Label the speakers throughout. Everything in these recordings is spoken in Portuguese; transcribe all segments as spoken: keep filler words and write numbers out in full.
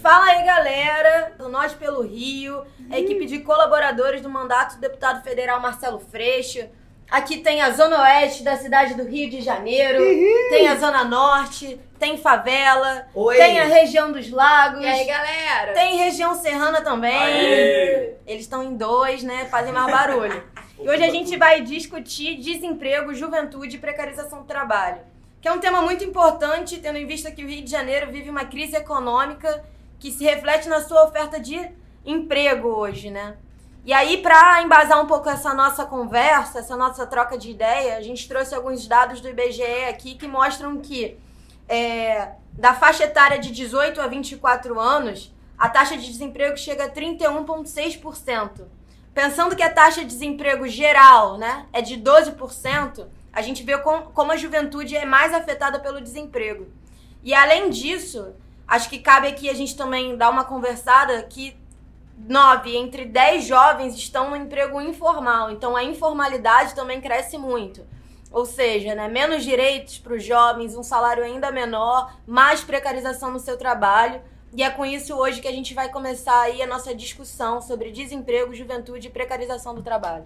Speaker 1: Fala aí, galera, do Nós pelo Rio, a equipe de colaboradores do mandato do deputado federal Marcelo Freixo. Aqui tem a Zona Oeste da cidade do Rio de Janeiro, uhum. Tem a Zona Norte, tem favela, Oi. Tem a região dos lagos.
Speaker 2: E aí, galera?
Speaker 1: Tem região serrana também.
Speaker 3: Aê.
Speaker 1: Eles estão em dois, né? Fazem mais barulho. E hoje a gente vai discutir desemprego, juventude e precarização do trabalho, que é um tema muito importante, tendo em vista que o Rio de Janeiro vive uma crise econômica que se reflete na sua oferta de emprego hoje, né? E aí, para embasar um pouco essa nossa conversa, essa nossa troca de ideia, a gente trouxe alguns dados do I B G E aqui que mostram que é, da faixa etária de dezoito a vinte e quatro anos, a taxa de desemprego chega a trinta e um vírgula seis por cento. Pensando que a taxa de desemprego geral, né, é de doze por cento, a gente vê com, como a juventude é mais afetada pelo desemprego. E além disso, acho que cabe aqui a gente também dar uma conversada que nove entre dez jovens estão no emprego informal. Então a informalidade também cresce muito. Ou seja, né, menos direitos para os jovens, um salário ainda menor, mais precarização no seu trabalho. E é com isso hoje que a gente vai começar aí a nossa discussão sobre desemprego, juventude e precarização do trabalho.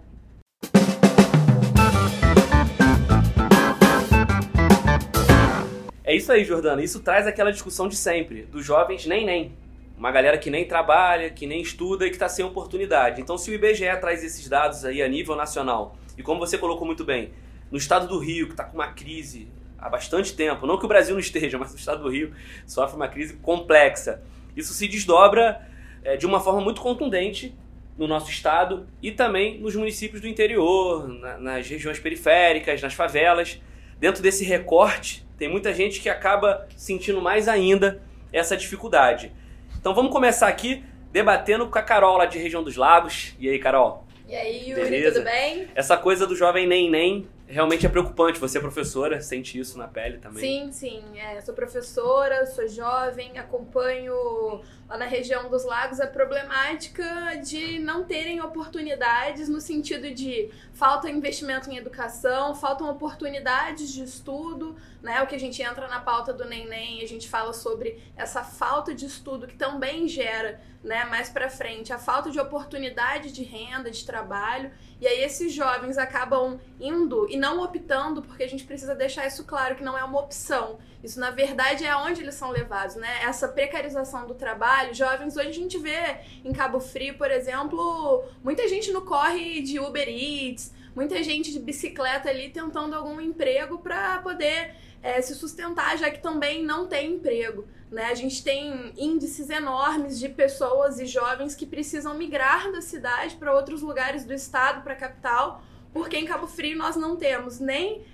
Speaker 3: É isso aí, Jordana. Isso traz aquela discussão de sempre, dos jovens nem nem. Uma galera que nem trabalha, que nem estuda e que está sem oportunidade. Então, se o I B G E traz esses dados aí a nível nacional, e como você colocou muito bem, no estado do Rio, que está com uma crise há bastante tempo, não que o Brasil não esteja, mas o estado do Rio sofre uma crise complexa. Isso se desdobra é, de uma forma muito contundente no nosso estado e também nos municípios do interior, na, nas regiões periféricas, nas favelas. Dentro desse recorte, tem muita gente que acaba sentindo mais ainda essa dificuldade. Então vamos começar aqui debatendo com a Carol lá de Região dos Lagos. E aí, Carol?
Speaker 2: E aí, Yuri,
Speaker 3: beleza?
Speaker 2: Tudo bem?
Speaker 3: Essa coisa do jovem nem nem realmente é preocupante. Você é professora, sente isso na pele também?
Speaker 2: Sim, sim. É, sou professora, sou jovem, acompanho lá na região dos lagos a problemática de não terem oportunidades no sentido de falta investimento em educação, faltam oportunidades de estudo, né? O que a gente entra na pauta do Neném, a gente fala sobre essa falta de estudo que também gera, né, mais pra frente, a falta de oportunidade de renda, de trabalho. E aí esses jovens acabam indo e não optando, porque a gente precisa deixar isso claro, que não é uma opção. Isso, na verdade, é onde eles são levados, né? Essa precarização do trabalho. Jovens, hoje a gente vê em Cabo Frio, por exemplo, muita gente no corre de Uber Eats, muita gente de bicicleta ali tentando algum emprego para poder é, se sustentar, já que também não tem emprego, né? A gente tem índices enormes de pessoas e jovens que precisam migrar da cidade para outros lugares do estado, para a capital, porque em Cabo Frio nós não temos nem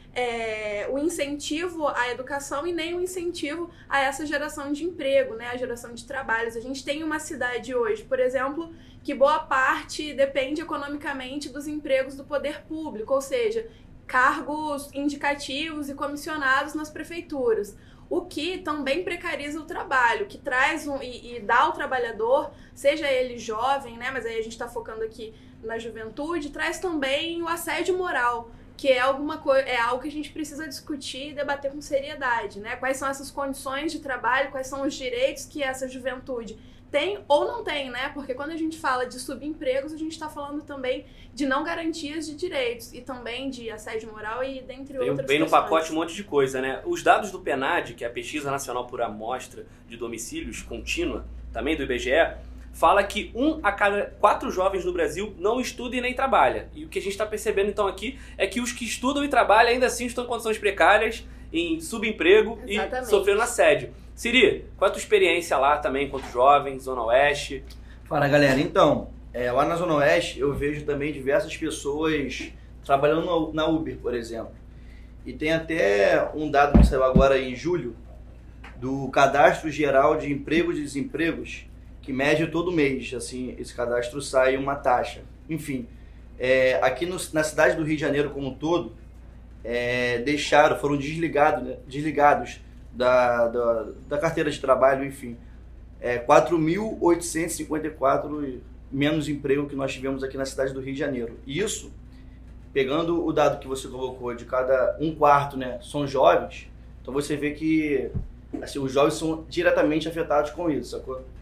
Speaker 2: é, o incentivo à educação e nem o incentivo a essa geração de emprego, né? A geração de trabalhos. A gente tem uma cidade hoje, por exemplo, que boa parte depende economicamente dos empregos do poder público, ou seja, cargos indicativos e comissionados nas prefeituras, o que também precariza o trabalho, que traz um, e, e dá ao trabalhador, seja ele jovem, né, mas aí a gente está focando aqui na juventude, traz também o assédio moral, que é, alguma coisa, é algo que a gente precisa discutir e debater com seriedade, né? Quais são essas condições de trabalho, quais são os direitos que essa juventude tem ou não tem, né? Porque quando a gente fala de subempregos, a gente está falando também de não garantias de direitos e também de assédio moral e dentre
Speaker 3: Vem,
Speaker 2: outras
Speaker 3: vem no
Speaker 2: questões.
Speaker 3: pacote um monte de coisa, né? Os dados do PNAD, que é a Pesquisa Nacional por Amostra de Domicílios Contínua, também do I B G E, fala que um a cada quatro jovens no Brasil não estuda e nem trabalha. E o que a gente está percebendo então aqui é que os que estudam e trabalham ainda assim estão em condições precárias, em subemprego
Speaker 2: Exatamente.
Speaker 3: E sofrendo assédio. Siri, qual é a tua experiência lá também enquanto jovem, Zona Oeste?
Speaker 4: Fala, galera. Então, é, lá na Zona Oeste eu vejo também diversas pessoas trabalhando na Uber, por exemplo. E tem até um dado que saiu agora em julho do Cadastro Geral de Empregos e Desempregos, que mede todo mês, assim, esse cadastro sai uma taxa. Enfim, é, aqui no, na cidade do Rio de Janeiro como um todo, é, deixaram, foram desligados, né, desligados da, da, da carteira de trabalho, enfim, é, quatro mil oitocentos e cinquenta e quatro menos emprego que nós tivemos aqui na cidade do Rio de Janeiro. E isso, pegando o dado que você colocou de cada um quarto, né, são jovens, então você vê que assim, os jovens são diretamente afetados com isso, sacou?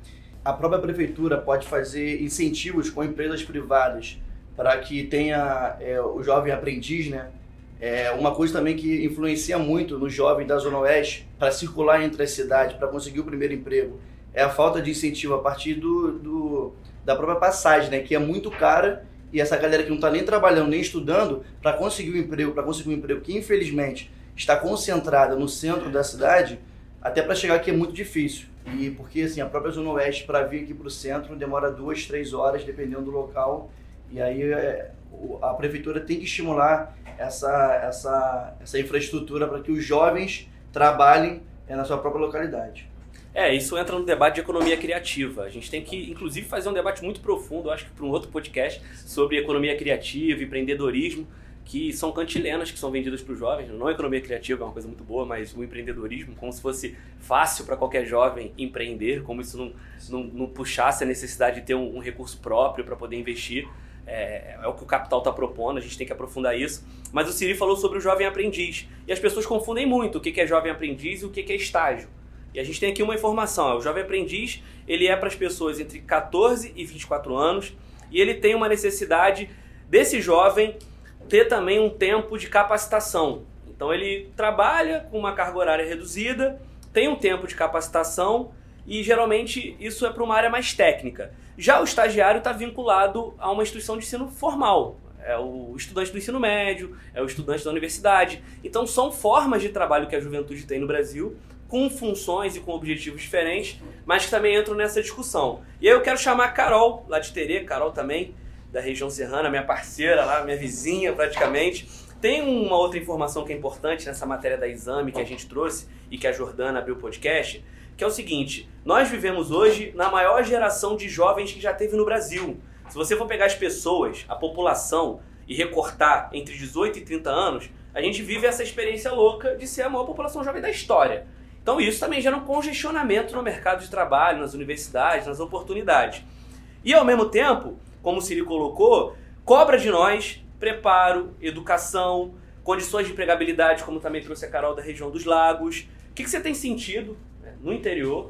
Speaker 4: a própria prefeitura pode fazer incentivos com empresas privadas para que tenha é, o jovem aprendiz, né? É uma coisa também que influencia muito no jovem da Zona Oeste para circular entre as cidades, para conseguir o primeiro emprego, é a falta de incentivo a partir do, do, da própria passagem, né? Que é muito cara, e essa galera que não está nem trabalhando, nem estudando, para conseguir um emprego, para conseguir um emprego que infelizmente está concentrada no centro da cidade, até para chegar aqui é muito difícil. E porque assim, a própria Zona Oeste, para vir aqui para o centro, demora duas, três horas, dependendo do local, e aí é, a prefeitura tem que estimular essa, essa, essa infraestrutura para que os jovens trabalhem é, na sua própria localidade.
Speaker 3: É, isso entra no debate de economia criativa. A gente tem que, inclusive, fazer um debate muito profundo, acho que para um outro podcast, sobre economia criativa, empreendedorismo, que são cantilenas que são vendidas para os jovens. Não a economia criativa é uma coisa muito boa, mas o empreendedorismo, como se fosse fácil para qualquer jovem empreender, como isso não, não, não puxasse a necessidade de ter um, um recurso próprio para poder investir. É, é o que o Capital está propondo, a gente tem que aprofundar isso. Mas o Ciri falou sobre o jovem aprendiz. E as pessoas confundem muito o que é jovem aprendiz e o que é estágio. E a gente tem aqui uma informação. O jovem aprendiz, ele é para as pessoas entre catorze e vinte e quatro anos. E ele tem uma necessidade desse jovem ter também um tempo de capacitação. Então ele trabalha com uma carga horária reduzida, tem um tempo de capacitação e geralmente isso é para uma área mais técnica. Já o estagiário está vinculado a uma instituição de ensino formal. É o estudante do ensino médio, é o estudante da universidade. Então são formas de trabalho que a juventude tem no Brasil, com funções e com objetivos diferentes, mas que também entram nessa discussão. E aí eu quero chamar a Carol, lá de Terê, Carol também, da região serrana, minha parceira lá, minha vizinha praticamente. Tem uma outra informação que é importante nessa matéria da Exame que a gente trouxe e que a Jordana abriu o podcast, que é o seguinte: nós vivemos hoje na maior geração de jovens que já teve no Brasil. Se você for pegar as pessoas, a população, e recortar entre dezoito e trinta anos, a gente vive essa experiência louca de ser a maior população jovem da história. Então isso também gera um congestionamento no mercado de trabalho, nas universidades, nas oportunidades. E ao mesmo tempo, como o Ciri colocou, cobra de nós preparo, educação, condições de empregabilidade, como também trouxe a Carol da região dos Lagos. O que, que você tem sentido, né, no interior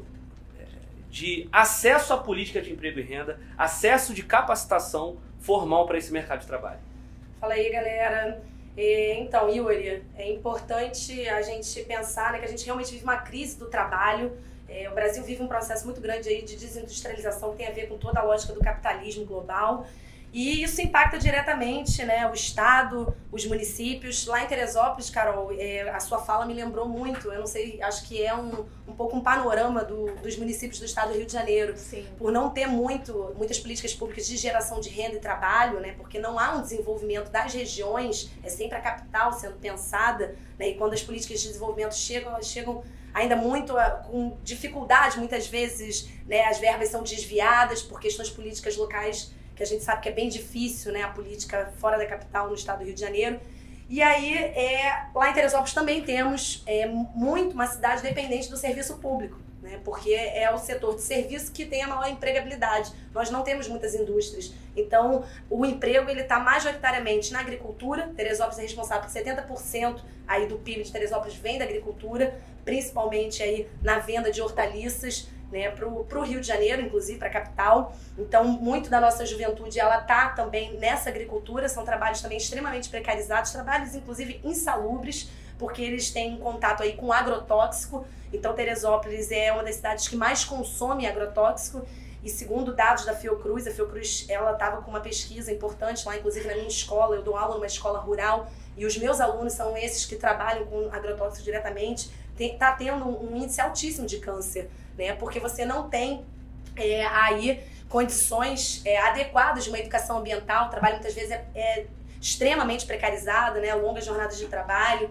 Speaker 3: de acesso à política de emprego e renda, acesso de capacitação formal para esse mercado de trabalho?
Speaker 1: Fala aí, galera. Então, Yuri, é importante a gente pensar, né, que a gente realmente vive uma crise do trabalho. É, o Brasil vive um processo muito grande aí de desindustrialização que tem a ver com toda a lógica do capitalismo global. E isso impacta diretamente, né, o Estado, os municípios. Lá em Teresópolis, Carol, é, a sua fala me lembrou muito, eu não sei, acho que é um, um pouco um panorama do, dos municípios do Estado do Rio de Janeiro.
Speaker 2: Sim. Por
Speaker 1: não ter muito, muitas políticas públicas de geração de renda e trabalho, né, porque não há um desenvolvimento das regiões, é sempre a capital sendo pensada, né, e quando as políticas de desenvolvimento chegam, elas chegam ainda muito com dificuldade, muitas vezes, né, as verbas são desviadas por questões políticas locais, que a gente sabe que é bem difícil, né, a política fora da capital, no estado do Rio de Janeiro. E aí, é, lá em Teresópolis também temos é, muito uma cidade dependente do serviço público, né, porque é o setor de serviço que tem a maior empregabilidade. Nós não temos muitas indústrias. Então, o emprego está majoritariamente na agricultura. Teresópolis é responsável por setenta por cento aí do P I B de Teresópolis vem da agricultura, principalmente aí na venda de hortaliças, né, para o Rio de Janeiro, inclusive para a capital. Então, muito da nossa juventude ela está também nessa agricultura, são trabalhos também extremamente precarizados, trabalhos inclusive insalubres, porque eles têm contato aí com agrotóxico. Então, Teresópolis é uma das cidades que mais consome agrotóxico, e segundo dados da Fiocruz, a Fiocruz ela estava com uma pesquisa importante lá, inclusive na minha escola, eu dou aula numa escola rural, e os meus alunos são esses que trabalham com agrotóxico diretamente, está tendo um índice altíssimo de câncer, né? Porque você não tem é, aí condições é, adequadas de uma educação ambiental. O trabalho muitas vezes é, é extremamente precarizado, né? Longas jornadas de trabalho.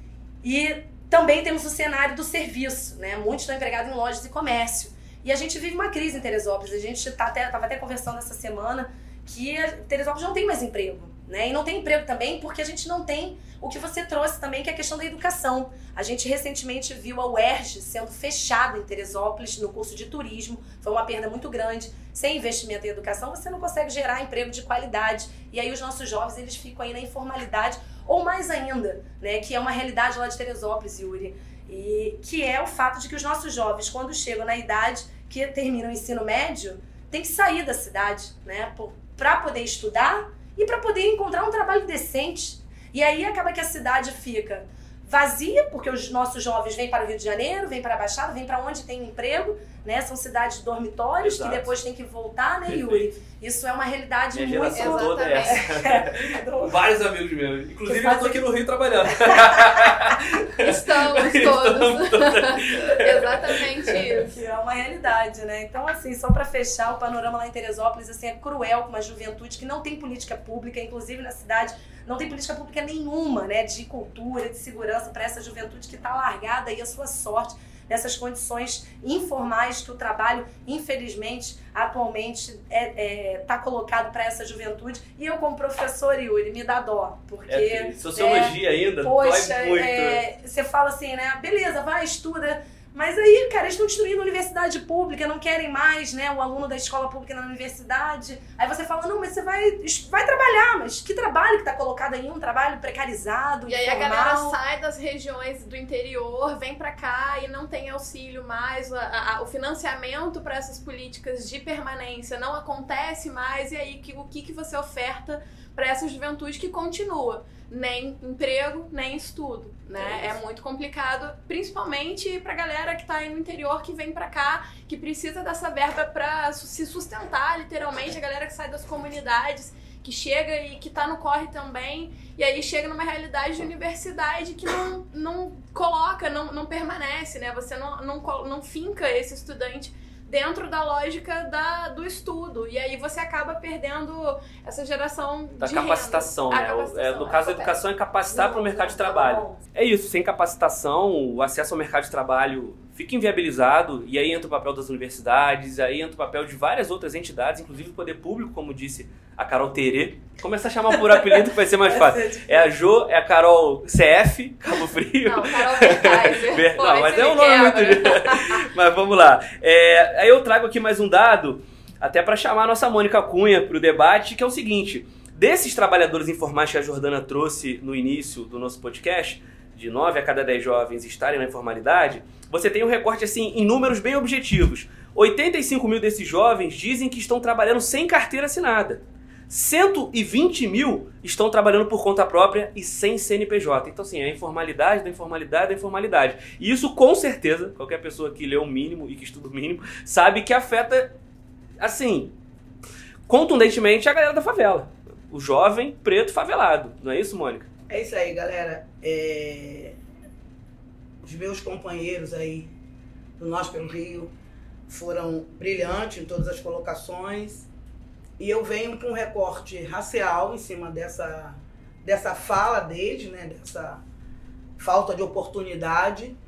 Speaker 1: E também temos o cenário do serviço, né? Muitos estão empregados em lojas e comércio. E a gente vive uma crise em Teresópolis. A gente estava tá até, até conversando essa semana que Teresópolis não tem mais emprego, né? E não tem emprego também porque a gente não tem o que você trouxe também, que é a questão da educação. A gente recentemente viu a U E R J sendo fechada em Teresópolis no curso de turismo. Foi uma perda muito grande. Sem investimento em educação, você não consegue gerar emprego de qualidade. E aí os nossos jovens, eles ficam aí na informalidade, ou mais ainda, né, que é uma realidade lá de Teresópolis, Yuri, e que é o fato de que os nossos jovens, quando chegam na idade,
Speaker 5: que terminam o ensino médio têm que sair da cidade, né? Para poder estudar e para poder encontrar um trabalho decente. E aí acaba que a cidade fica vazia, porque os nossos jovens vêm para o Rio de Janeiro, vêm para a Baixada, vêm para onde tem emprego, né? São cidades dormitórios. Exato. Que depois tem que voltar, né, Perfeito. Yuri? Isso é uma realidade
Speaker 3: Minha
Speaker 5: muito...
Speaker 3: geração toda é essa. Vários amigos meus. Inclusive, eu estou aqui no Rio trabalhando.
Speaker 2: Estamos todos. Estamos todos. Exatamente isso.
Speaker 5: Que é uma realidade, né? Então, assim, só para fechar, o panorama lá em Teresópolis, assim, é cruel com uma juventude que não tem política pública, inclusive na cidade, não tem política pública nenhuma, né? De cultura, de segurança para essa juventude que está largada aí a sua sorte nessas condições informais que o trabalho, infelizmente, atualmente está é, é, tá colocado para essa juventude. E eu, como professor, Yuri, me dá dó, porque...
Speaker 3: É, sociologia é, ainda,
Speaker 5: poxa,
Speaker 3: dói muito.
Speaker 5: É, você fala assim, né? Beleza, vai, estuda... Mas aí, cara, eles estão destruindo a universidade pública, não querem mais, né, o aluno da escola pública na universidade. Aí você fala, não, mas você vai, vai trabalhar, mas que trabalho que tá colocado aí? Um trabalho precarizado,
Speaker 2: E aí
Speaker 5: informal.
Speaker 2: a galera sai das regiões do interior, vem pra cá e não tem auxílio mais, a, a, o financiamento para essas políticas de permanência não acontece mais, e aí que, o que, que você oferta para essa juventude que continua? Nem emprego, nem estudo, né? É, é muito complicado, principalmente pra galera que tá aí no interior, que vem pra cá, que precisa dessa verba pra se sustentar, literalmente, a galera que sai das comunidades, que chega e que tá no corre também, e aí chega numa realidade de universidade que não, não coloca, não, não permanece, né? Você não, não, não finca esse estudante dentro da lógica da, do estudo. E aí você acaba perdendo essa geração
Speaker 3: da
Speaker 2: de
Speaker 3: capacitação,
Speaker 2: renda.
Speaker 3: né?
Speaker 2: Capacitação,
Speaker 3: é, no caso da educação é capacitar para o mercado de trabalho. É isso, sem capacitação, o acesso ao mercado de trabalho fica inviabilizado, e aí entra o papel das universidades, aí entra o papel de várias outras entidades, inclusive o poder público, como disse a Carol Terê. Começa a chamar por apelido que vai ser mais fácil. É a Jo, é a Carol C F, Cabo Frio.
Speaker 2: Não, Carol Verkaiser.
Speaker 3: Não, mas é um nome muito... Mas vamos lá. É, aí eu trago aqui mais um dado, até para chamar a nossa Mônica Cunha para o debate, que é o seguinte: desses trabalhadores informais que a Jordana trouxe no início do nosso podcast, de nove a cada dez jovens estarem na informalidade, você tem um recorte assim em números bem objetivos. oitenta e cinco mil desses jovens dizem que estão trabalhando sem carteira assinada. cento e vinte mil estão trabalhando por conta própria e sem C N P J. Então, assim, é a informalidade da informalidade da informalidade. E isso, com certeza, qualquer pessoa que lê o mínimo e que estuda o mínimo, sabe que afeta, assim, contundentemente a galera da favela. O jovem preto favelado. Não é isso, Mônica?
Speaker 6: É isso aí, galera. É... Os meus companheiros aí do Nós pelo Rio foram brilhantes em todas as colocações. E eu venho com um recorte racial em cima dessa, dessa fala deles, né, dessa falta de oportunidade,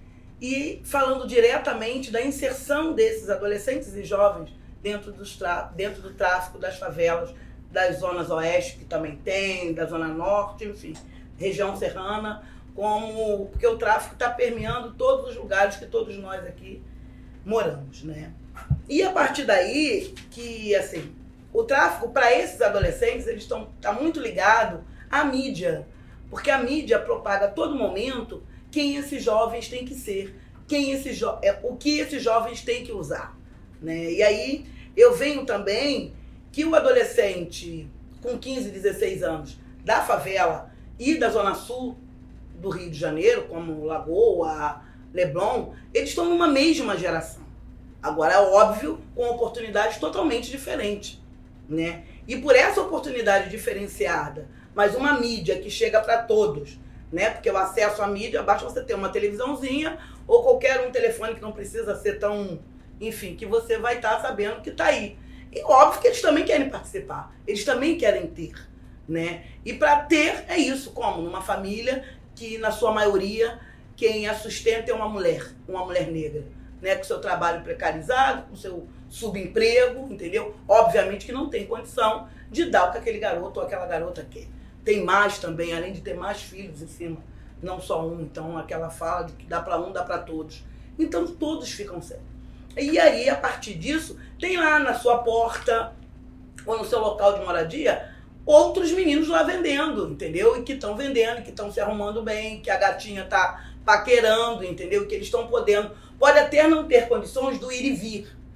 Speaker 6: e falando diretamente da inserção desses adolescentes e jovens dentro, dos tra- dentro do tráfico das favelas, das zonas oeste, que também tem, da zona norte, enfim, região serrana, como, porque o tráfico está permeando todos os lugares que todos nós aqui moramos, né? E a partir daí, que, assim, o tráfico, para esses adolescentes, eles estão tá muito ligado à mídia, porque a mídia propaga a todo momento quem esses jovens têm que ser, quem esses jo- é, o que esses jovens têm que usar, né? E aí eu venho também que o adolescente com quinze, dezesseis anos da favela e da zona sul do Rio de Janeiro, como Lagoa, Leblon, eles estão numa mesma geração. Agora, é óbvio, com oportunidades totalmente diferentes, né? E por essa oportunidade diferenciada, mas uma mídia que chega para todos, né? Porque o acesso à mídia, basta você ter uma televisãozinha ou qualquer um telefone que não precisa ser tão... Enfim, que você vai estar sabendo que está aí. E óbvio que eles também querem participar, eles também querem ter, né? E para ter é isso, como numa família que, na sua maioria, quem a sustenta é uma mulher, uma mulher negra, né? Com seu trabalho precarizado, com seu subemprego, entendeu? Obviamente que não tem condição de dar o que aquele garoto ou aquela garota quer. Tem mais também, além de ter mais filhos em cima, não só um. Então, aquela fala de que dá para um, dá para todos. Então, todos ficam sem. E aí, a partir disso, tem lá na sua porta ou no seu local de moradia outros meninos lá vendendo, entendeu? E que estão vendendo, que estão se arrumando bem, que a gatinha tá paquerando, entendeu? Que eles estão podendo, pode até não ter condições do ir e vir,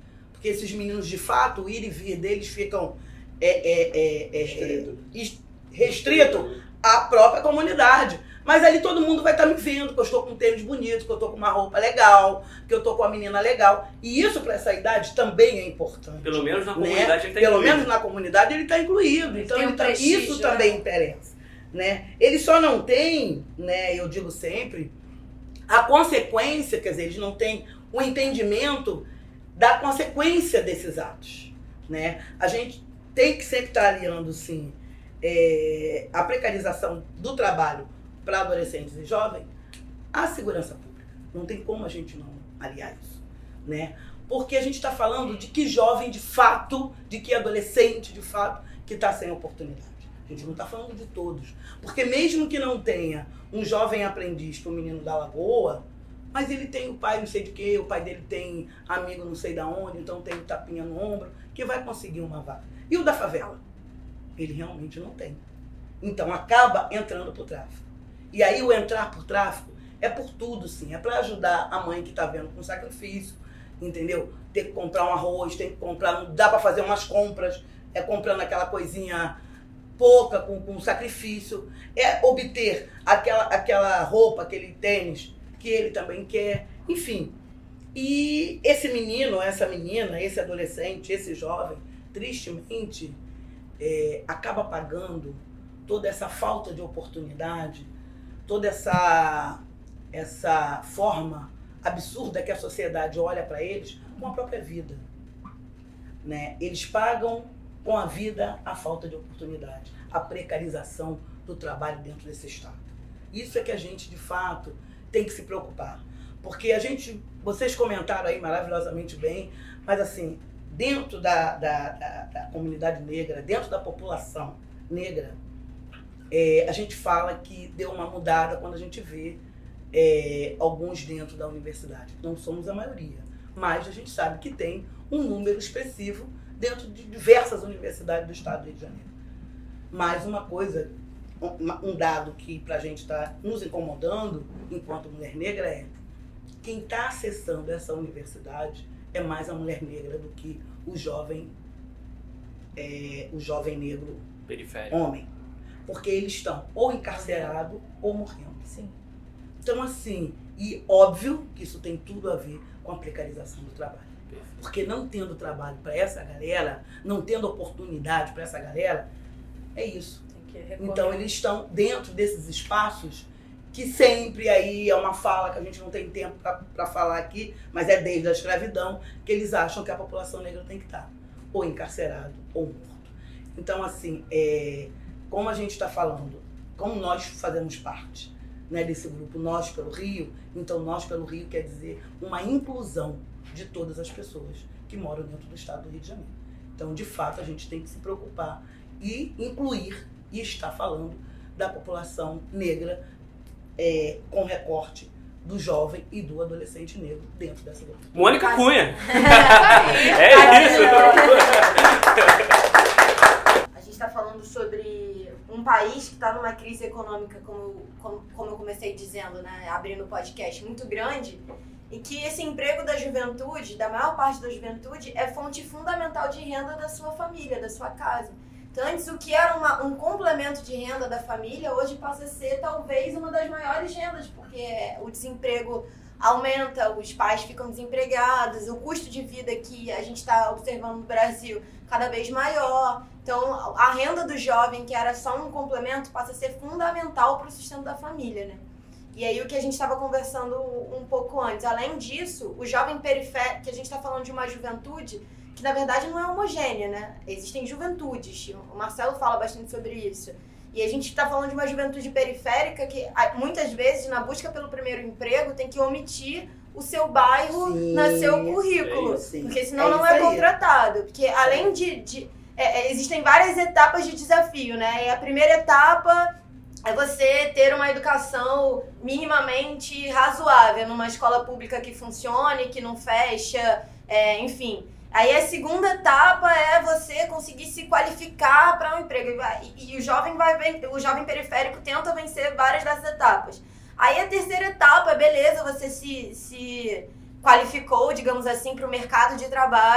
Speaker 6: Porque esses meninos, de fato, o ir e vir deles ficam é, é, é, é,
Speaker 4: Restrito.
Speaker 6: é, restrito à própria comunidade. Mas ali todo mundo vai estar me vendo, que eu estou com um tênis bonito, que eu estou com uma roupa legal, que eu estou com uma menina legal. E isso, para essa idade, também é importante.
Speaker 3: Pelo menos na
Speaker 6: né?
Speaker 3: comunidade ele está
Speaker 6: Pelo
Speaker 3: incluído.
Speaker 6: menos na comunidade ele está incluído.
Speaker 5: Ele
Speaker 6: Então
Speaker 5: tem um
Speaker 6: ele tá-
Speaker 5: prestígio,
Speaker 6: isso
Speaker 5: né?
Speaker 6: também interessa. Né? Ele só não tem, né, eu digo sempre, a consequência, quer dizer, eles não têm o entendimento da consequência desses atos. Né? A gente tem que sempre estar aliando, sim, é, a precarização do trabalho para adolescentes e jovens à segurança pública. Não tem como a gente não aliar isso. Né? Porque a gente está falando de que jovem de fato, de que adolescente de fato, que está sem oportunidade. A gente não está falando de todos. Porque mesmo que não tenha um jovem aprendiz para o menino da Lagoa, mas ele tem o pai não sei de quê, o pai dele tem amigo não sei da onde, então tem o tapinha no ombro, que vai conseguir uma vaga. E o da favela? Ele realmente não tem. Então acaba entrando para o tráfico. E aí o entrar por tráfico é por tudo, sim. É para ajudar a mãe que está vendo com sacrifício, entendeu? Ter que comprar um arroz, tem que comprar, não dá para fazer umas compras, é comprando aquela coisinha pouca, com, com sacrifício. É obter aquela, aquela roupa, aquele tênis que ele também quer, enfim. E esse menino, essa menina, esse adolescente, esse jovem, tristemente, é, acaba pagando toda essa falta de oportunidade, toda essa, essa forma absurda que a sociedade olha para eles com a própria vida. Né? Eles pagam com a vida a falta de oportunidade, a precarização do trabalho dentro desse Estado. Isso é que a gente, de fato, tem que se preocupar. Porque a gente, vocês comentaram aí maravilhosamente bem, mas assim, dentro da, da, da, da comunidade negra, dentro da população negra, É, a gente fala que deu uma mudada quando a gente vê é, alguns dentro da universidade. Não somos a maioria, mas a gente sabe que tem um número expressivo dentro de diversas universidades do estado do Rio de Janeiro. Mas uma coisa, um, um dado que pra gente está nos incomodando enquanto mulher negra é quem está acessando essa universidade é mais a mulher negra do que o jovem, é, o jovem negro
Speaker 3: Periférico.
Speaker 6: homem. Porque eles estão ou encarcerados ou morrendo.
Speaker 5: Sim.
Speaker 6: Então, assim, e óbvio que isso tem tudo a ver com a precarização do trabalho. Porque não tendo trabalho para essa galera, não tendo oportunidade para essa galera, é isso.
Speaker 5: Tem que recorrer.
Speaker 6: Então, eles estão dentro desses espaços que sempre aí é uma fala que a gente não tem tempo para falar aqui, mas é desde a escravidão que eles acham que a população negra tem que estar ou encarcerado ou morto. Então, assim, é... como a gente está falando, como nós fazemos parte, né, desse grupo Nós pelo Rio, então Nós pelo Rio quer dizer uma inclusão de todas as pessoas que moram dentro do estado do Rio de Janeiro. Então, de fato, a gente tem que se preocupar e incluir e estar falando da população negra é, com recorte do jovem e do adolescente negro dentro dessa grupo.
Speaker 3: Mônica Cunha! É isso!
Speaker 1: Está falando sobre um país que está numa crise econômica, como, como, como eu comecei dizendo, né, abrindo o podcast, muito grande, e que esse emprego da juventude, da maior parte da juventude, é fonte fundamental de renda da sua família, da sua casa. Então, antes, o que era uma, um complemento de renda da família, hoje passa a ser talvez uma das maiores rendas, porque o desemprego aumenta, os pais ficam desempregados, o custo de vida que a gente está observando no Brasil cada vez maior. Então, a renda do jovem, que era só um complemento, passa a ser fundamental para o sustento da família, né? E aí, o que a gente estava conversando um pouco antes. Além disso, o jovem periférico, que a gente está falando de uma juventude que, na verdade, não é homogênea, né? Existem juventudes, o Marcelo fala bastante sobre isso. E a gente está falando de uma juventude periférica que, muitas vezes, na busca pelo primeiro emprego, tem que omitir o seu bairro
Speaker 6: Sim,
Speaker 1: no seu currículo.
Speaker 6: é isso, sim.
Speaker 1: Porque senão
Speaker 6: É
Speaker 1: não
Speaker 6: isso
Speaker 1: é
Speaker 6: aí.
Speaker 1: contratado. Porque, além de... de é, existem várias etapas de desafio, né? E a primeira etapa é você ter uma educação minimamente razoável, numa escola pública que funcione, que não fecha, é, enfim. Aí a segunda etapa é você conseguir se qualificar para um emprego. E, vai, e, e o, jovem vai, o jovem periférico tenta vencer várias dessas etapas. Aí a terceira etapa, beleza, você se, se qualificou, digamos assim, para o mercado de trabalho.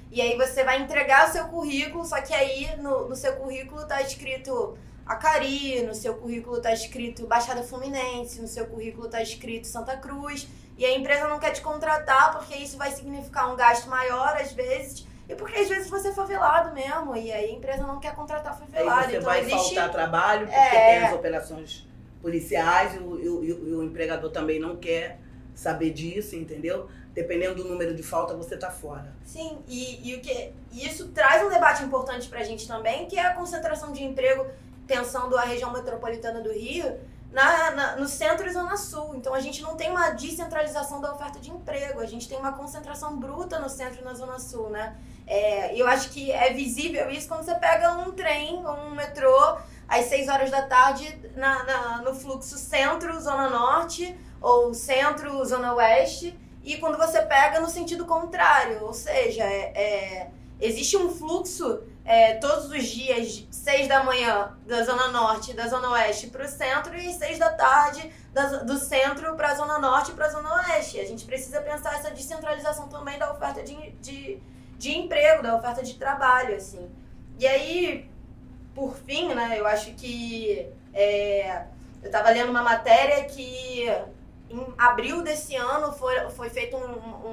Speaker 1: E aí você vai entregar o seu currículo, só que aí no, no seu currículo tá escrito Acari, no seu currículo tá escrito Baixada Fluminense, no seu currículo tá escrito Santa Cruz, e a empresa não quer te contratar porque isso vai significar um gasto maior às vezes, e porque às vezes você é favelado mesmo, e aí a empresa não quer contratar favelado.
Speaker 6: Aí você
Speaker 1: então
Speaker 6: vai
Speaker 1: existe...
Speaker 6: faltar trabalho porque
Speaker 1: É.
Speaker 6: tem as operações policiais e o, e o- e o- e o empregador também não quer saber disso, entendeu? Dependendo do número de falta, você tá fora.
Speaker 1: Sim, e, e o que, e isso traz um debate importante pra gente também, que é a concentração de emprego, pensando a região metropolitana do Rio, na, na, no centro e zona sul. Então a gente não tem uma descentralização da oferta de emprego, a gente tem uma concentração bruta no centro e na zona sul, né? É, e eu acho que é visível isso quando você pega um trem, um metrô, às seis horas da tarde, na, na, no fluxo centro, zona norte, ou centro, zona oeste, e quando você pega no sentido contrário, ou seja, é, é, existe um fluxo é, todos os dias, seis da manhã da zona norte e da zona oeste para o centro e seis da tarde da, do centro para a zona norte e para a zona oeste. A gente precisa pensar essa descentralização também da oferta de, de, de emprego, da oferta de trabalho, assim. E aí, por fim, né, eu acho que é, eu estava lendo uma matéria que em abril desse ano foi, foi feito um,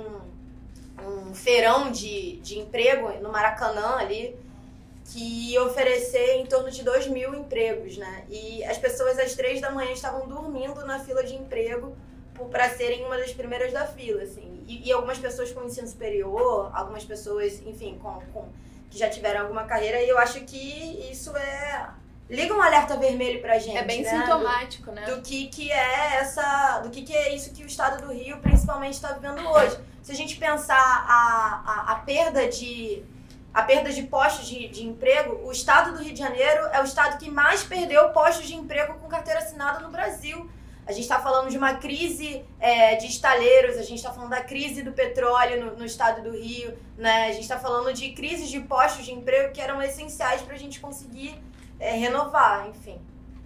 Speaker 1: um, um feirão de, de emprego no Maracanã ali, que ia oferecer em torno de dois mil empregos, né? E as pessoas às três da manhã estavam dormindo na fila de emprego para serem uma das primeiras da fila, assim. E, e algumas pessoas com ensino superior, algumas pessoas, enfim, com, com, que já tiveram alguma carreira, e eu acho que isso é... Liga um alerta vermelho pra gente,
Speaker 2: É bem
Speaker 1: né?
Speaker 2: sintomático, né?
Speaker 1: Do, do que que é essa... Do que que é isso que o estado do Rio, principalmente, está vivendo hoje. Se a gente pensar a, a, a perda de... A perda de postos de, de emprego, o estado do Rio de Janeiro é o estado que mais perdeu postos de emprego com carteira assinada no Brasil. A gente está falando de uma crise é, de estaleiros, a gente está falando da crise do petróleo no, no estado do Rio, né? A gente está falando de crises de postos de emprego que eram essenciais para a gente conseguir é, renovar, enfim.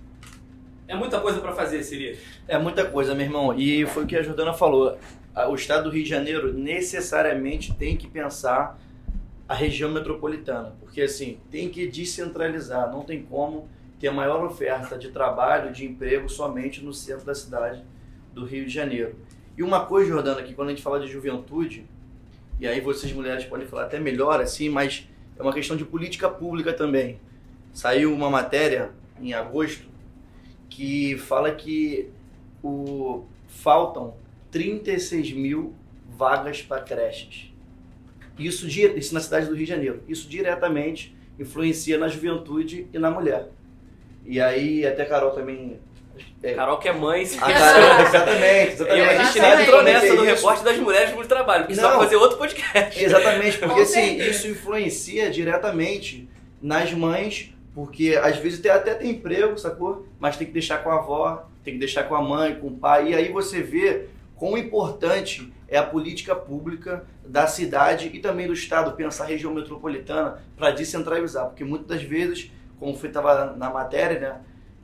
Speaker 3: É muita coisa pra fazer, Siri.
Speaker 4: É muita coisa, meu irmão. E foi o que a Jordana falou. O estado do Rio de Janeiro necessariamente tem que pensar a região metropolitana, porque assim, tem que descentralizar, não tem como ter a maior oferta de trabalho, de emprego somente no centro da cidade do Rio de Janeiro. E uma coisa, Jordana, que quando a gente fala de juventude, e aí vocês mulheres podem falar até melhor assim, mas é uma questão de política pública também. Saiu uma matéria em agosto que fala que o, faltam trinta e seis mil vagas para creches. Isso, isso na cidade do Rio de Janeiro. Isso diretamente influencia na juventude e na mulher. E aí, até a Carol também... É,
Speaker 3: Carol que é mãe.
Speaker 4: a Carol, exatamente.
Speaker 3: E
Speaker 4: exatamente.
Speaker 3: a gente nem entrou nessa do
Speaker 4: Isso.
Speaker 3: recorte das mulheres no trabalho, porque isso vai
Speaker 4: Não.
Speaker 3: fazer outro podcast.
Speaker 4: Exatamente, porque
Speaker 2: Com
Speaker 4: assim,
Speaker 2: certeza.
Speaker 4: isso influencia diretamente nas mães, porque às vezes tem, até tem emprego, sacou? Mas tem que deixar com a avó, tem que deixar com a mãe, com o pai. E aí você vê quão importante é a política pública da cidade e também do estado, pensar a região metropolitana para descentralizar. Porque muitas das vezes, como estava na matéria, né?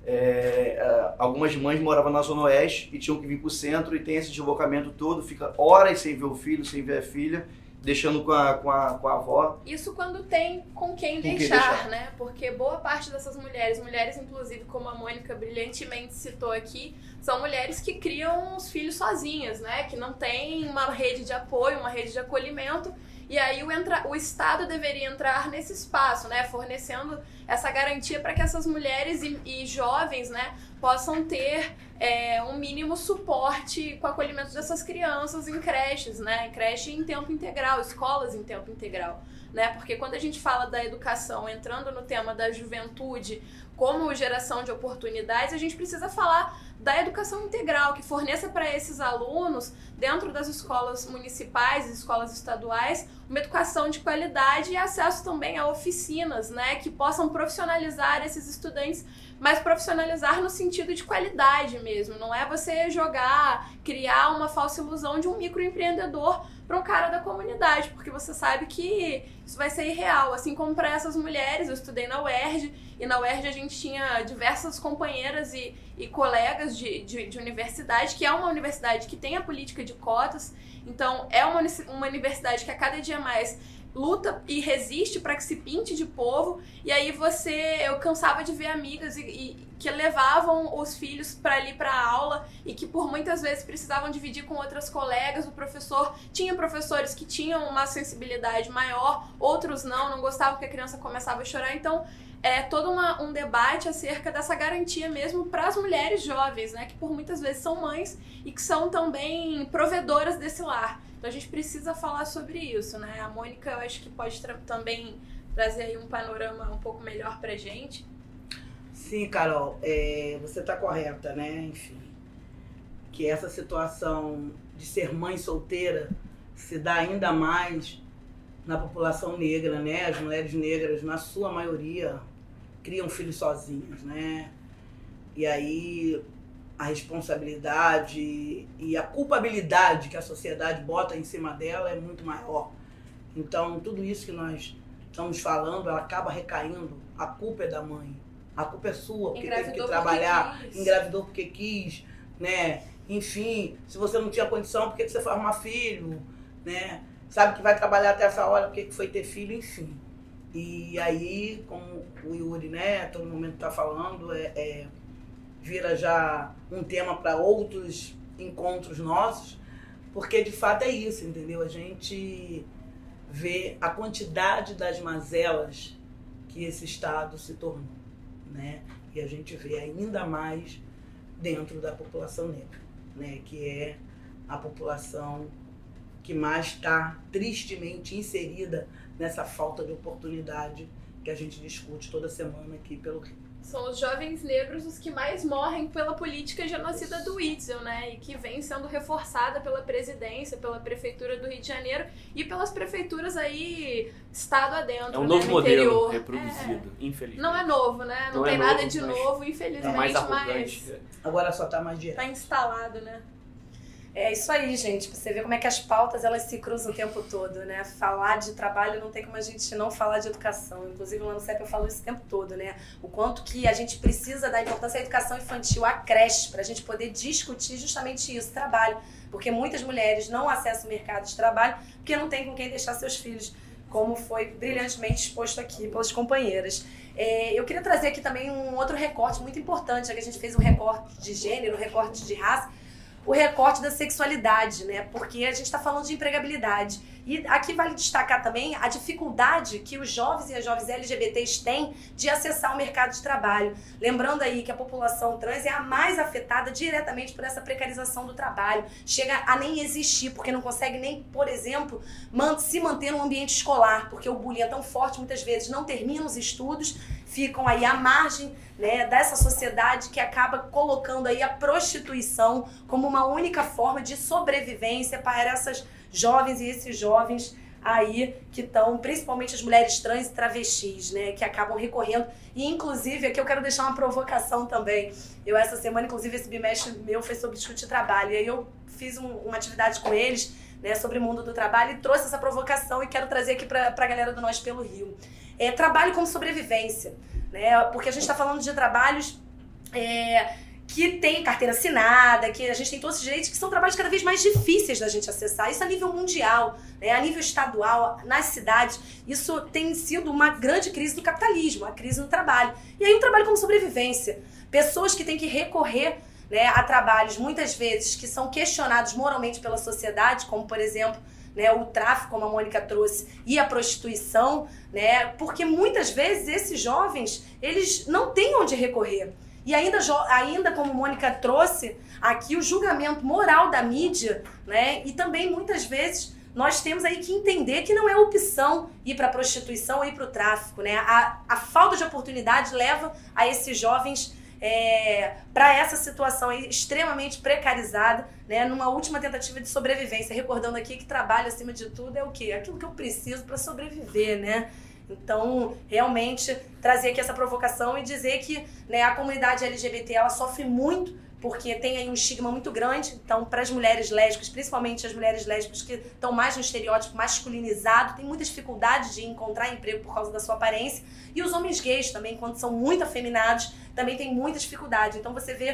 Speaker 4: É, algumas mães moravam na Zona Oeste e tinham que vir para o centro e tem esse deslocamento todo, fica horas sem ver o filho, sem ver a filha, deixando com a, com a, com a avó.
Speaker 2: Isso quando tem com quem
Speaker 4: Com quem
Speaker 2: deixar,
Speaker 4: deixar.
Speaker 2: né? Porque boa parte dessas mulheres, mulheres inclusive como a Mônica brilhantemente citou aqui, são mulheres que criam os filhos sozinhas, né? Que não tem uma rede de apoio, uma rede de acolhimento. E aí o, entra... o Estado deveria entrar nesse espaço, né? Fornecendo essa garantia para que essas mulheres e, e jovens, né, possam ter é, um mínimo suporte com o acolhimento dessas crianças em creches, né? Creche em tempo integral, escolas em tempo integral, né? Porque quando a gente fala da educação, entrando no tema da juventude como geração de oportunidades, a gente precisa falar da educação integral, que forneça para esses alunos, dentro das escolas municipais e escolas estaduais, uma educação de qualidade e acesso também a oficinas, né, que possam profissionalizar esses estudantes, mas profissionalizar no sentido de qualidade mesmo. Não é você jogar, criar uma falsa ilusão de um microempreendedor para um cara da comunidade, porque você sabe que isso vai ser irreal. Assim como para essas mulheres, eu estudei na U E R J, e na U E R J a gente tinha diversas companheiras e, e colegas de, de, de universidade, que é uma universidade que tem a política de cotas, então é uma, uma universidade que a cada dia mais luta e resiste para que se pinte de povo, e aí você, eu cansava de ver amigas e, e que levavam os filhos para ali para aula e que por muitas vezes precisavam dividir com outras colegas. O professor tinha professores que tinham uma sensibilidade maior, outros não, não gostavam que a criança começava a chorar. Então é todo uma, um debate acerca dessa garantia mesmo para as mulheres jovens, né, que por muitas vezes são mães e que são também provedoras desse lar. Então a gente precisa falar sobre isso, né? A Mônica, eu acho que pode tra- também trazer aí um panorama um pouco melhor pra gente.
Speaker 6: Sim, Carol, é, você está correta, né? Enfim, que essa situação de ser mãe solteira se dá ainda mais na população negra, né? As mulheres negras, na sua maioria, criam filhos sozinhas, né? E aí a responsabilidade e a culpabilidade que a sociedade bota em cima dela é muito maior. Então, tudo isso que nós estamos falando, ela acaba recaindo. A culpa é da mãe. A culpa é sua, porque teve que trabalhar, engravidou porque quis, né? Enfim, se você não tinha condição, por que você foi arrumar filho, né? Sabe que vai trabalhar até essa hora, por que foi ter filho, enfim. E aí, como o Yuri, né, todo momento está falando, é, é, vira já um tema para outros encontros nossos, porque de fato é isso, entendeu? A gente vê a quantidade das mazelas que esse Estado se tornou, né? E a gente vê ainda mais dentro da população negra, né? Que é a população que mais está tristemente inserida nessa falta de oportunidade que a gente discute toda semana aqui pelo Rio.
Speaker 2: São os jovens negros os que mais morrem pela política genocida do Witzel, né? E que vem sendo reforçada pela presidência, pela prefeitura do Rio de Janeiro e pelas prefeituras aí, estado adentro,
Speaker 3: É um
Speaker 2: né?
Speaker 3: novo
Speaker 2: no
Speaker 3: modelo
Speaker 2: interior.
Speaker 3: reproduzido,
Speaker 2: É.
Speaker 3: infelizmente.
Speaker 2: Não é novo, né? Não,
Speaker 3: Não
Speaker 2: tem
Speaker 3: é
Speaker 2: nada
Speaker 3: novo,
Speaker 2: de
Speaker 3: mas
Speaker 2: novo,
Speaker 3: é
Speaker 2: infelizmente,
Speaker 3: mais
Speaker 2: mas
Speaker 3: arrogante.
Speaker 6: Agora só tá mais direto.
Speaker 2: tá instalado, né?
Speaker 5: É isso aí, gente. Você vê como é que as pautas elas se cruzam o tempo todo, né? Falar de trabalho não tem como a gente não falar de educação. Inclusive lá no C E P eu falo isso o tempo todo, né? O quanto que a gente precisa da importância da educação infantil, a creche, para a gente poder discutir justamente isso, trabalho. Porque muitas mulheres não acessam o mercado de trabalho porque não tem com quem deixar seus filhos, como foi brilhantemente exposto aqui pelas companheiras. É, eu queria trazer aqui também um outro recorte muito importante, já que a gente fez um recorte de gênero, um recorte de raça, o recorte da sexualidade, né? Porque a gente está falando de empregabilidade. E aqui vale destacar também a dificuldade que os jovens e as jovens L G B Ts têm de acessar o mercado de trabalho. Lembrando aí que a população trans é a mais afetada diretamente por essa precarização do trabalho. Chega a nem existir, porque não consegue nem, por exemplo, se manter no ambiente escolar, porque o bullying é tão forte, muitas vezes não terminam os estudos, ficam aí à margem, né, dessa sociedade que acaba colocando aí a prostituição como uma única forma de sobrevivência para essas jovens e esses jovens aí que estão, principalmente as mulheres trans e travestis, né, que acabam recorrendo. E inclusive, aqui eu quero deixar uma provocação também. Eu essa semana, inclusive, esse bimestre meu foi sobre discutir trabalho. E aí eu fiz um, uma atividade com eles, né, sobre o mundo do trabalho e trouxe essa provocação e quero trazer aqui para a galera do Nós pelo Rio. É, trabalho como sobrevivência, né? Porque a gente está falando de trabalhos é, que tem carteira assinada, que a gente tem todos os direitos, que são trabalhos cada vez mais difíceis da gente acessar. Isso a nível mundial, né? A nível estadual, nas cidades. Isso tem sido uma grande crise do capitalismo, a crise no trabalho. E aí o trabalho como sobrevivência. Pessoas que têm que recorrer, né, a trabalhos, muitas vezes, que são questionados moralmente pela sociedade, como, por exemplo, né, o tráfico, como a Mônica trouxe, e a prostituição, né, porque muitas vezes esses jovens, eles não têm onde recorrer. E ainda, ainda como a Mônica trouxe aqui, o julgamento moral da mídia, né, e também muitas vezes nós temos aí que entender que não é opção ir para a prostituição ou ir para o tráfico, né? A, a falta de oportunidade leva a esses jovens É, para essa situação aí extremamente precarizada, né, numa última tentativa de sobrevivência. Recordando aqui que trabalho, acima de tudo, é o quê? Aquilo que eu preciso para sobreviver, né? Então, realmente, trazer aqui essa provocação e dizer que, né, a comunidade L G B T ela sofre muito, porque tem aí um estigma muito grande. Então, para as mulheres lésbicas, principalmente as mulheres lésbicas que estão mais no estereótipo masculinizado, tem muita dificuldade de encontrar emprego por causa da sua aparência. E os homens gays também, quando são muito afeminados, também tem muita dificuldade. Então, você vê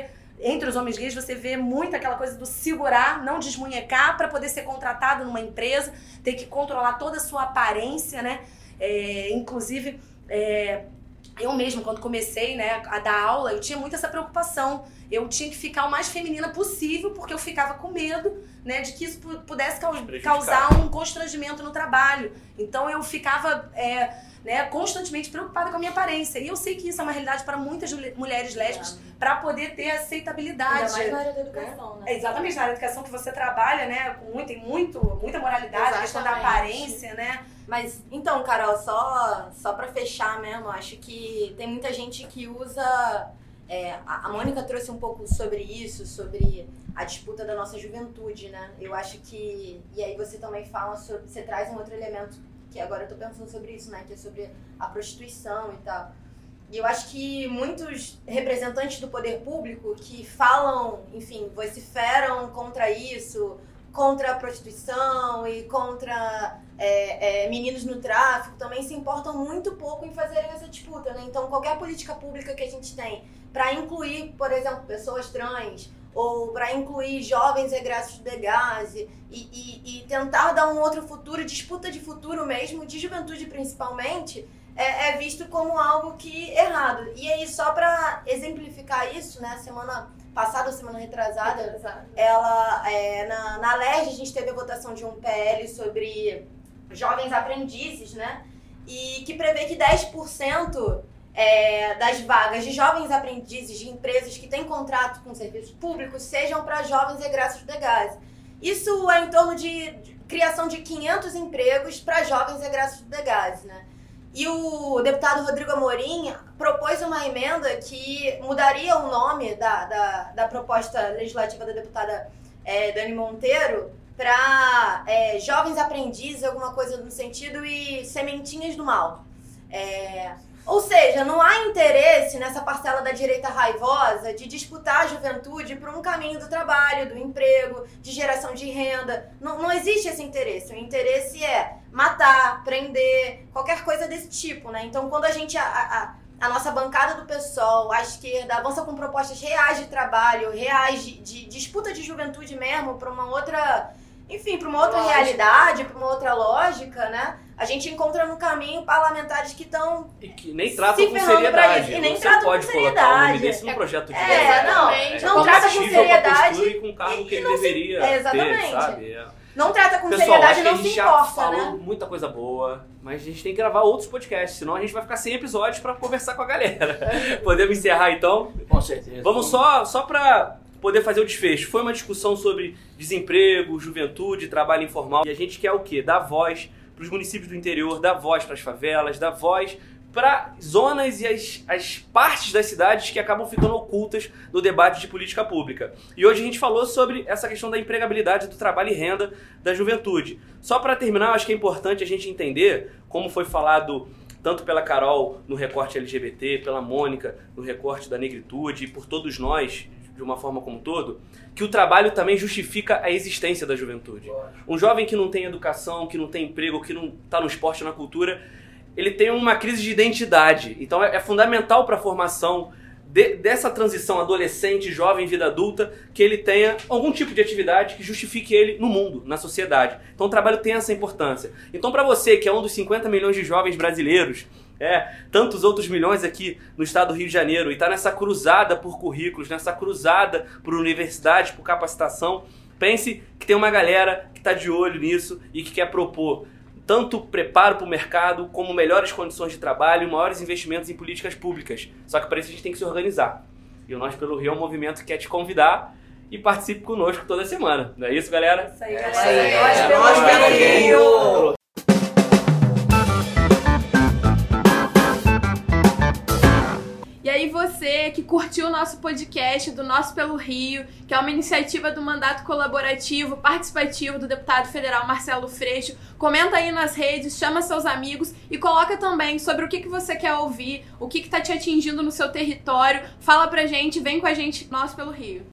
Speaker 5: entre os homens gays você vê muito aquela coisa do segurar, não desmunhecar para poder ser contratado numa empresa, ter que controlar toda a sua aparência, né? É, inclusive, é, eu mesma, quando comecei, né, a dar aula, eu tinha muito essa preocupação. Eu tinha que ficar o mais feminina possível, porque eu ficava com medo, né, de que isso pudesse causar um constrangimento no trabalho. Então eu ficava é, né, constantemente preocupada com a minha aparência. E eu sei que isso é uma realidade para muitas mulheres lésbicas, é. para poder ter aceitabilidade.
Speaker 1: Ainda mais na área da educação, né?
Speaker 5: É, exatamente, na área da educação que você trabalha, né, com muito, muito, muita moralidade, exatamente. A questão da aparência, né?
Speaker 1: Mas, então, Carol, só, só pra fechar mesmo, acho que tem muita gente que usa... É, a Mônica trouxe um pouco sobre isso, sobre a disputa da nossa juventude, né? Eu acho que... E aí você também fala sobre... Você traz um outro elemento, que agora eu tô pensando sobre isso, né? Que é sobre a prostituição e tal. E eu acho que muitos representantes do poder público que falam, enfim, vociferam contra isso... contra a prostituição e contra é, é, meninos no tráfico, também se importam muito pouco em fazerem essa disputa, né? Então, qualquer política pública que a gente tem para incluir, por exemplo, pessoas trans, ou para incluir jovens egressos do DEGASE, e, e, e tentar dar um outro futuro, disputa de futuro mesmo, de juventude principalmente, é, é visto como algo que errado. E aí, só para exemplificar isso, né, semana passada ou semana retrasada,
Speaker 2: Retrasado.
Speaker 1: ela, é, na, na L E R J a gente teve a votação de um P L sobre jovens aprendizes, né? E que prevê que dez por cento é, das vagas de jovens aprendizes de empresas que têm contrato com serviços públicos sejam para jovens egressos do DEGASE. Isso é em torno de, de criação de quinhentos empregos para jovens egressos do DEGASE, né? E o deputado Rodrigo Amorim propôs uma emenda que mudaria o nome da, da, da proposta legislativa da deputada é, Dani Monteiro para é, jovens aprendizes, alguma coisa no sentido, e sementinhas do mal. É, ou seja, não há interesse nessa parcela da direita raivosa de disputar a juventude por um caminho do trabalho, do emprego, de geração de renda. Não, não existe esse interesse. O interesse é matar, prender, qualquer coisa desse tipo, né? Então, quando a gente, a, a, a nossa bancada do PSOL, a esquerda, avança com propostas reais de trabalho, reais de, de disputa de juventude mesmo, para uma outra, enfim, para uma outra lógica. realidade, para uma outra lógica, né? A gente encontra no caminho parlamentares que estão
Speaker 3: e que nem tratam com seriedade.
Speaker 1: E nem
Speaker 3: Você
Speaker 1: tratam
Speaker 3: pode
Speaker 1: com
Speaker 3: colocar
Speaker 1: seriedade.
Speaker 3: o nome desse num projeto de
Speaker 1: é,
Speaker 3: lei.
Speaker 1: É, não,
Speaker 3: é,
Speaker 1: não
Speaker 3: é
Speaker 1: trata com seriedade.
Speaker 3: E com o cargo
Speaker 1: e,
Speaker 3: que
Speaker 1: e
Speaker 3: ele
Speaker 1: não se,
Speaker 3: deveria
Speaker 1: é, exatamente.
Speaker 3: ter, sabe? É.
Speaker 1: Não trata com
Speaker 3: Pessoal,
Speaker 1: seriedade
Speaker 3: acho
Speaker 1: e
Speaker 3: que
Speaker 1: não
Speaker 3: a gente
Speaker 1: se
Speaker 3: já
Speaker 1: importa,
Speaker 3: falou
Speaker 1: né?
Speaker 3: muita coisa boa, mas a gente tem que gravar outros podcasts, senão a gente vai ficar sem episódios pra conversar com a galera. Podemos encerrar então?
Speaker 4: Com certeza.
Speaker 3: Vamos só, só pra poder fazer o desfecho. Foi uma discussão sobre desemprego, juventude, trabalho informal, e a gente quer o quê? Dar voz para os municípios do interior, dar voz para as favelas, dar voz para zonas e as, as partes das cidades que acabam ficando ocultas no debate de política pública. E hoje a gente falou sobre essa questão da empregabilidade, do trabalho e renda da juventude. Só para terminar, eu acho que é importante a gente entender, como foi falado tanto pela Carol no recorte L G B T, pela Mônica no recorte da negritude e por todos nós, de uma forma como um todo, que o trabalho também justifica a existência da juventude. Um jovem que não tem educação, que não tem emprego, que não está no esporte, na cultura, ele tem uma crise de identidade. Então é, é fundamental para a formação de, dessa transição adolescente, jovem, vida adulta, que ele tenha algum tipo de atividade que justifique ele no mundo, na sociedade. Então o trabalho tem essa importância. Então para você, que é um dos cinquenta milhões de jovens brasileiros, é, tantos outros milhões aqui no estado do Rio de Janeiro, e está nessa cruzada por currículos, nessa cruzada por universidade, por capacitação, pense que tem uma galera que está de olho nisso e que quer propor tanto preparo para o mercado, como melhores condições de trabalho, maiores investimentos em políticas públicas. Só que para isso a gente tem que se organizar. E o Nós pelo Rio é um movimento que quer te convidar e participe conosco toda semana. Não é isso, galera?
Speaker 5: Isso aí, galera.
Speaker 6: É,
Speaker 5: Nós pelo Rio.
Speaker 2: E aí você que curtiu o nosso podcast do Nós pelo Rio, que é uma iniciativa do mandato colaborativo, participativo do deputado federal Marcelo Freixo, comenta aí nas redes, chama seus amigos e coloca também sobre o que, que você quer ouvir, o que está te atingindo no seu território. Fala pra gente, vem com a gente, Nós pelo Rio.